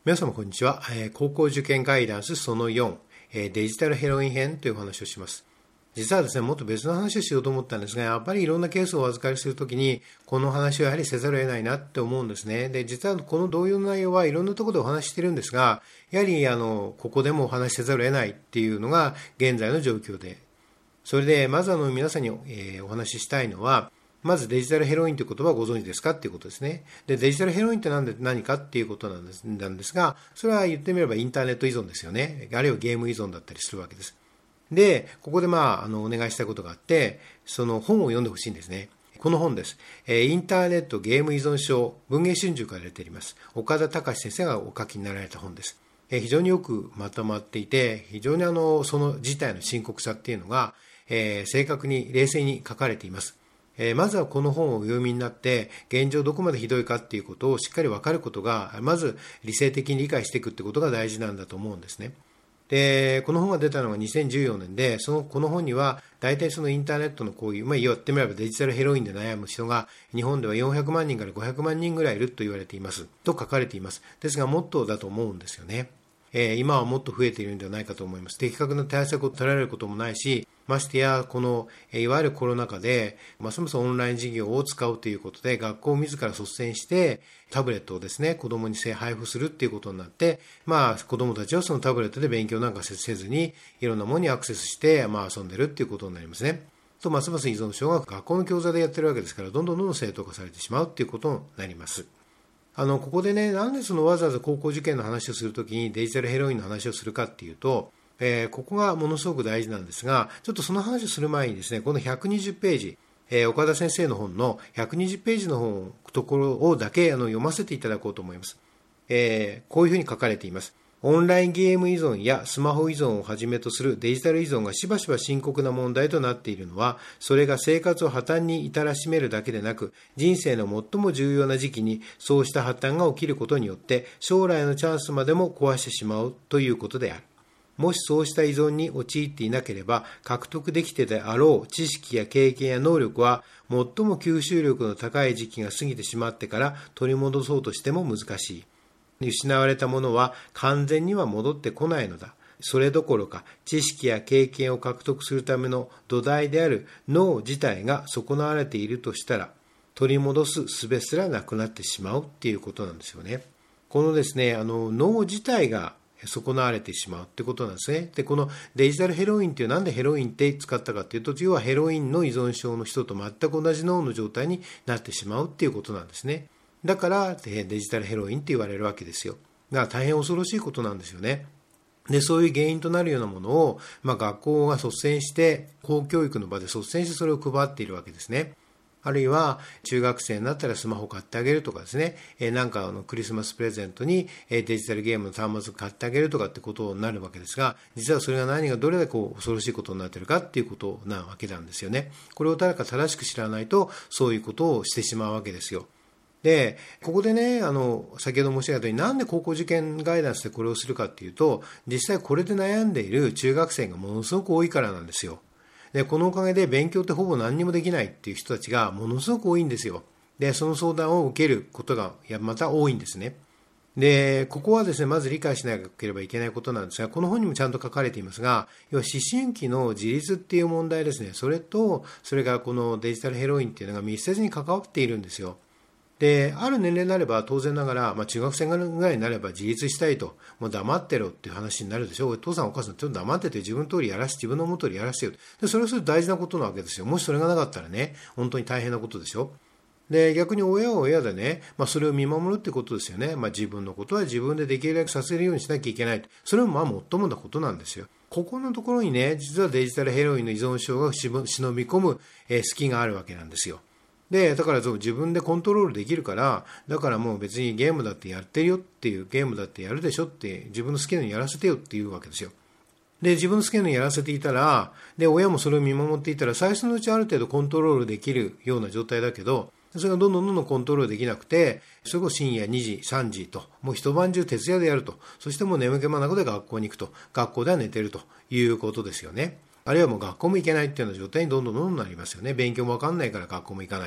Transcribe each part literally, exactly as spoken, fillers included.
皆様こんにちは。高校受験ガイダンスそのよん、デジタルヘロイン編というお話をします。実はですね、もっと別の話をしようと思ったんですが、やっぱりいろんなケースをお預かりするときに、この話をやはりせざるを得ないなって思うんですね。で、実はこの同様の内容はいろんなところでお話ししてるんですが、やはりあの、ここでもお話しせざるを得ないっていうのが現在の状況で。それで、まずあの、皆さんに、えー、お話ししたいのは、まずデジタルヘロインという言葉をご存知ですかっていうことですね。で、デジタルヘロインって何で何かっていうことなんです、なんですが、それは言ってみればインターネット依存ですよね。あるいはゲーム依存だったりするわけです。で、ここでまあ、あの、お願いしたいことがあって、その本を読んでほしいんですね。この本です。インターネットゲーム依存症、文藝春秋から出ています。岡田隆先生がお書きになられた本です。非常によくまとまっていて、非常にあの、その事態の深刻さっていうのが、えー、正確に冷静に書かれています。えー、まずはこの本をお読みになって、現状どこまでひどいかっていうことをしっかり分かることが、まず理性的に理解していくってことが大事なんだと思うんですね。で、この本が出たのがにせんじゅうよねんで、そのこの本には大体そのインターネットのこういう、まあ言ってみればデジタルヘロインで悩む人が日本ではよんひゃくまんにんからごひゃくまんにんぐらいいると言われています。と書かれています。ですがもっとだと思うんですよね。えー、今はもっと増えているんではないかと思います。的確な対策を取られることもないし、ましてやこの、えー、いわゆるコロナ禍で、まあ、そもそもオンライン授業を使うということで、学校を自ら率先してタブレットをですね、子供に配布するっていうことになって、まあ子供たちはそのタブレットで勉強なんかせずに、いろんなものにアクセスして、まあ遊んでるっていうことになりますね。と、ますます依存症が学校の教材でやってるわけですから、どんどんどんどん正当化されてしまうっていうことになります。あの、ここでね、なんでそのわざわざ高校受験の話をするときにデジタルヘロインの話をするかっていうと、えー、ここがものすごく大事なんですが、ちょっとその話をする前にですね、このひゃくにじゅっページ、えー、岡田先生の本のひゃくにじゅっページの本ところをだけあの読ませていただこうと思います。えー、こういうふうに書かれています。オンラインゲーム依存やスマホ依存をはじめとするデジタル依存がしばしば深刻な問題となっているのは、それが生活を破綻に至らしめるだけでなく、人生の最も重要な時期にそうした破綻が起きることによって、将来のチャンスまでも壊してしまうということである。もしそうした依存に陥っていなければ、獲得できてであろう知識や経験や能力は、最も吸収力の高い時期が過ぎてしまってから取り戻そうとしても難しい。失われたものは完全には戻ってこないのだ。それどころか知識や経験を獲得するための土台である脳自体が損なわれているとしたら、取り戻す術すらなくなってしまうっていうことなんですよね。このですね、あの脳自体が損なわれてしまうってことなんですね。で、このデジタルヘロインっていう、なんでヘロインって使ったかっていうと、要はヘロインの依存症の人と全く同じ脳の状態になってしまうっていうことなんですね。だからデジタルヘロインって言われるわけですよ。だから大変恐ろしいことなんですよね。で、そういう原因となるようなものを、まあ、学校が率先して、公教育の場で率先してそれを配っているわけですね。あるいは中学生になったらスマホを買ってあげるとかですね、えー、なんかあのクリスマスプレゼントにデジタルゲームの端末を買ってあげるとかってことになるわけですが、実はそれが何がどれだけこう恐ろしいことになっているかっていうことなわけなんですよね。これを誰か正しく知らないとそういうことをしてしまうわけですよ。で、ここでね、あの、先ほど申し上げたように、なんで高校受験ガイダンスでこれをするかっていうと、実際これで悩んでいる中学生がものすごく多いからなんですよ。で、このおかげで勉強ってほぼ何にもできないっていう人たちがものすごく多いんですよ。で、その相談を受けることがまた多いんですね。で、ここはですね、まず理解しなければいけないことなんですが、この本にもちゃんと書かれていますが、要は思春期の自立っていう問題ですね。それと、それがこのデジタルヘロインっていうのが密接に関わっているんですよ。で、ある年齢になれば当然ながら、まあ、中学生ぐらいになれば自立したいと、もう黙ってろっていう話になるでしょう。お父さんお母さんちょっと黙ってて自分の通りやらして、自分の思う通りやらしてよ。で、それはそれ大事なことなわけですよ。もしそれがなかったらね、本当に大変なことでしょ。で、逆に親は親でね、まあ、それを見守るってことですよね。まあ、自分のことは自分でできるだけさせるようにしなきゃいけない。それもまあ、最もなことなんですよ。ここのところにね、実はデジタルヘロインの依存症が忍び込む隙があるわけなんですよ。で、だから自分でコントロールできるから、だからもう別にゲームだってやってるよっていう、ゲームだってやるでしょって、自分の好きなのにやらせてよっていうわけですよ。で、自分の好きなのにやらせていたら、で、親もそれを見守っていたら、最初のうちある程度コントロールできるような状態だけど、それがどんどんどんどんコントロールできなくて、それこそ深夜にじ、さんじと、もう一晩中徹夜でやると。そしてもう眠気まなこで学校に行くと。学校では寝てるということですよね。あるいはもう学校も行けないっていうような状態にどんどんどんどんなりますよね。勉強もわかんないから学校も行かないと。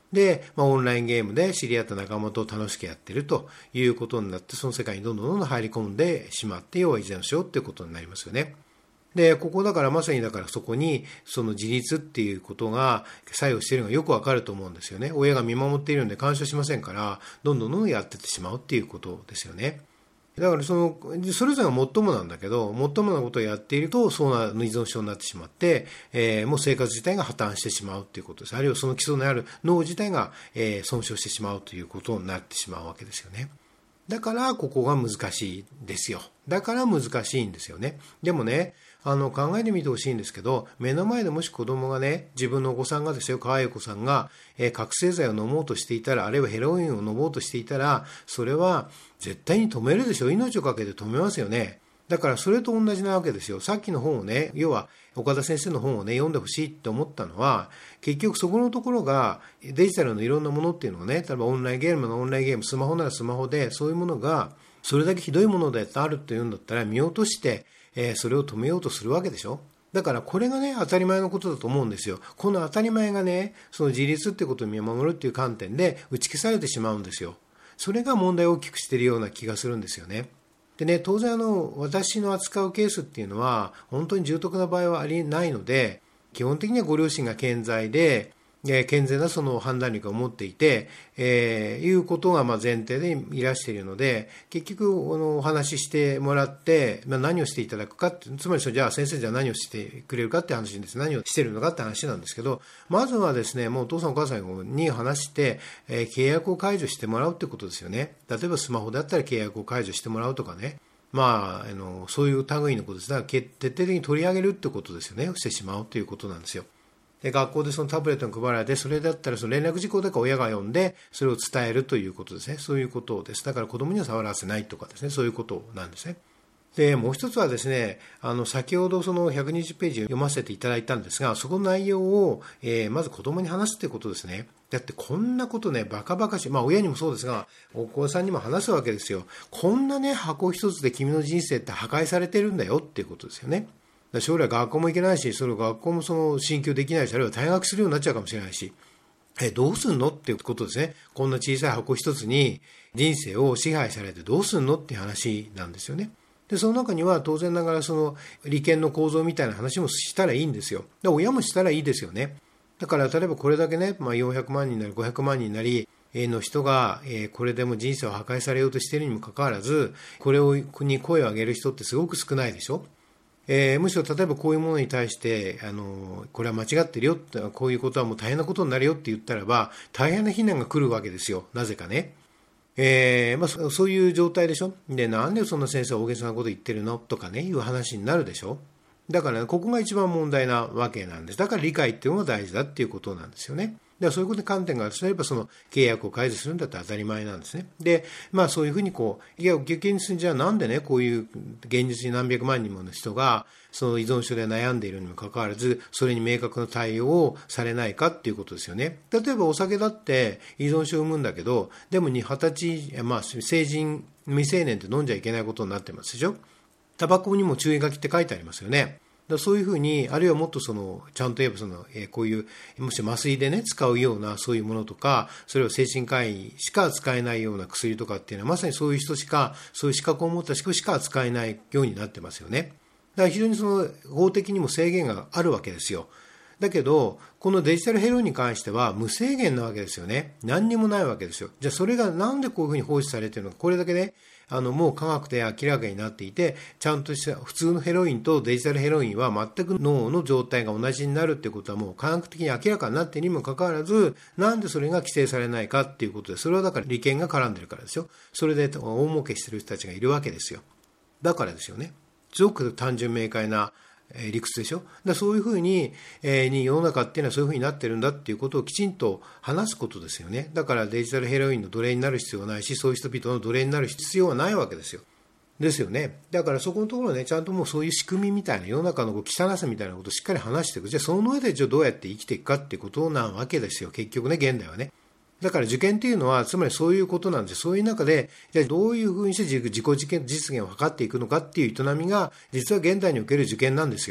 で、まあ、オンラインゲームで知り合った仲間と楽しくやってるということになって、その世界にどんどんどんどん入り込んでしまって、要は依存症っていうことになりますよね。で、ここだからまさにだからそこにその自立っていうことが作用しているのがよくわかると思うんですよね。親が見守っているので干渉しませんから、どんどんどんどんやってってしまうっていうことですよね。だからその、それぞれが最もなんだけど、最もなことをやっていると、そうな依存症になってしまって、えー、もう生活自体が破綻してしまうということです。あるいはその基礎にある脳自体が、えー、損傷してしまうということになってしまうわけですよね。だからここが難しいですよ。だから難しいんですよね。でもね、あの考えてみてほしいんですけど、目の前でもし子供がね、自分のお子さんがですよ、可愛いお子さんが、えー、覚醒剤を飲もうとしていたら、あるいはヘロインを飲もうとしていたら、それは絶対に止めるでしょ。命をかけて止めますよね。だからそれと同じなわけですよ。さっきの本をね、要は岡田先生の本をね、読んでほしいって思ったのは、結局そこのところがデジタルのいろんなものっていうのがね、例えばオンラインゲームのオンラインゲーム、スマホならスマホで、そういうものがそれだけひどいものであるっていうんだったら見落として、えー、それを止めようとするわけでしょ。だからこれがね、当たり前のことだと思うんですよ。この当たり前がね、その自立ってことを見守るっていう観点で打ち消されてしまうんですよ。それが問題を大きくしているような気がするんですよね。でね、当然あの私の扱うケースっていうのは本当に重篤な場合はありないので、基本的にはご両親が健在で、えー、健全なその判断力を持っていて、えー、いうことがまあ前提でいらしているので、結局あのお話ししてもらって、まあ、何をしていただくかって、つまりじゃあ先生じゃあ何をしてくれるかって話です。何をしているのかって話なんですけど、まずはですね、もうお父さんお母さんに話して、えー、契約を解除してもらうってことですよね。例えばスマホだったら契約を解除してもらうとかね。まあ、あのそういう類のことです。だから徹底的に取り上げるってことですよね。してしまうということなんですよ。で、学校でそのタブレットが配られて、それだったらその連絡事項だから親が読んで、それを伝えるということですね。そういうことです。だから子供には触らせないとかですね、そういうことなんですね。で、もう一つはですね、あの、先ほどそのひゃくにじゅっページ読ませていただいたんですが、そこの内容を、えー、まず子供に話すということですね。だってこんなことね、バカバカしい。まあ親にもそうですが、お子さんにも話すわけですよ。こんなね、箱一つで君の人生って破壊されてるんだよっていうことですよね。将来学校も行けないし、それ学校もその進級できないし、あるいは退学するようになっちゃうかもしれないし、え、どうすんのっていうことですね。こんな小さい箱一つに人生を支配されてどうすんのっていう話なんですよね。で、その中には当然ながらその利権の構造みたいな話もしたらいいんですよ。で、親もしたらいいですよね。だから例えばこれだけね、まあ、よんひゃくまんにんなりごひゃくまんにんなりの人が、えー、これでも人生を破壊されようとしているにもかかわらず、これをに声を上げる人ってすごく少ないでしょ。えー、むしろ例えばこういうものに対してあのこれは間違ってるよって、こういうことはもう大変なことになるよって言ったらば大変な非難が来るわけですよ。なぜかね。えーまあ、そ, そういう状態でしょ。で、なんでそんな先生は大げさなこと言ってるのとかね、いう話になるでしょ。だから、ね、ここが一番問題なわけなんです。だから理解っていうのが大事だっていうことなんですよね。だからそういうことで観点があるとすれば、その契約を解除するんだったら当たり前なんですね。で、まあそういうふうにこう、いや、現実にじゃあなんでね、こういう現実に何百万人もの人が、その依存症で悩んでいるにもかかわらず、それに明確な対応をされないかっていうことですよね。例えばお酒だって依存症を生むんだけど、でもに二十歳、まあ成人、未成年って飲んじゃいけないことになってますでしょ。タバコにも注意書きって書いてありますよね。だそういうふうに、あるいはもっとそのちゃんと言えばその、えー、こういうもし麻酔でね使うようなそういうものとか、それを精神科医しか使えないような薬とかっていうのはまさにそういう人しか、そういう資格を持った人しか使えないようになってますよね。だから非常にその法的にも制限があるわけですよ。だけどこのデジタルヘロインに関しては無制限なわけですよね。何にもないわけですよ。じゃあそれがなんでこういうふうに放置されているのか、これだけね、あのもう科学で明らかになっていて、ちゃんとした普通のヘロインとデジタルヘロインは全く脳の状態が同じになるっていうことはもう科学的に明らかになっているにもかかわらず、なんでそれが規制されないかっていうことで、それはだから利権が絡んでるからですよ。それで大儲けしてる人たちがいるわけですよ。だからですよね。すごく単純明快な理屈でしょ。だそういうふうに、えー、に世の中っていうのはそういうふうになってるんだっていうことをきちんと話すことですよね。だからデジタルヘロインの奴隷になる必要はないし、そういう人々の奴隷になる必要はないわけですよ。ですよね。だからそこのところね、ちゃんともうそういう仕組みみたいな、世の中のこう汚さみたいなことをしっかり話していく。じゃあその上でじゃあどうやって生きていくかっていうことなわけですよ。結局ね、現代はね。だから受験っていうのはつまりそういうことなんです。そういう中でじゃあどういうふうにして自己実現を図っていくのかっていう営みが実は現代における受験なんですよ。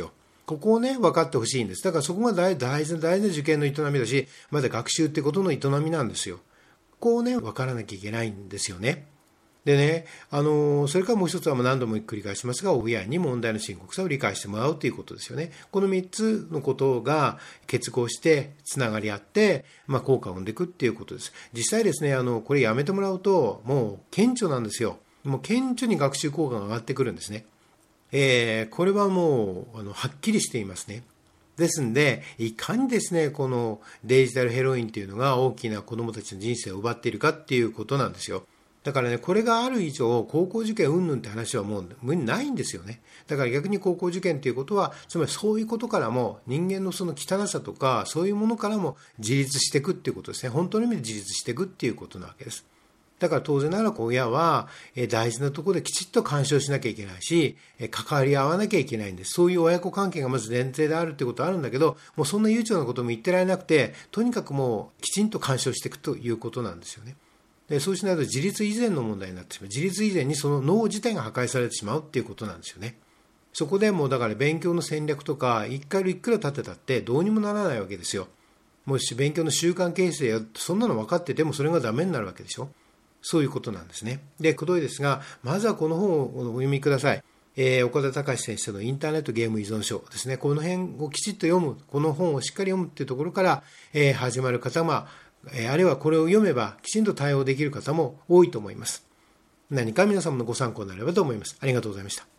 ここをね、分かってほしいんです。だからそこが大大事な大事な受験の営みだし、まだ学習ってことの営みなんですよ。ここをね、分からなきゃいけないんですよね。でね、あのそれからもう一つは何度も繰り返しますが、親に問題の深刻さを理解してもらうということですよね。このみっつのことが結合してつながり合って、まあ、効果を生んでいくっていうことです。実際ですね、あのこれやめてもらうともう顕著なんですよ。もう顕著に学習効果が上がってくるんですね。えー、これはもうあのはっきりしていますね。ですんで、いかにですね、このデジタルヘロインというのが大きな子どもたちの人生を奪っているかっていうことなんですよ。だからね、これがある以上、高校受験云々って話はもう無理ないんですよね。だから逆に高校受験ということは、つまりそういうことからも、人間のその汚さとか、そういうものからも自立していくっていうことですね。本当の意味で自立していくっていうことなわけです。だから当然ながら親は大事なところできちっと干渉しなきゃいけないし、関わり合わなきゃいけないんです。そういう親子関係がまず前提であるってことはあるんだけど、もうそんな悠長なことも言ってられなくて、とにかくもうきちんと干渉していくということなんですよね。でそうしないと自立以前の問題になってしまう。自立以前にその脳自体が破壊されてしまうっていうことなんですよね。そこでもうだから勉強の戦略とか一回いくら立てたってどうにもならないわけですよ。もし勉強の習慣形成やそんなの分かっててもそれがダメになるわけでしょ。そういうことなんですね。で、くどいですが、まずはこの本をお読みください。えー、岡田隆先生のインターネットゲーム依存症ですね。この辺をきちっと読む、この本をしっかり読むっていうところから、えー、始まる方は、えー、あるいはこれを読めばきちんと対応できる方も多いと思います。何か皆様のご参考になればと思います。ありがとうございました。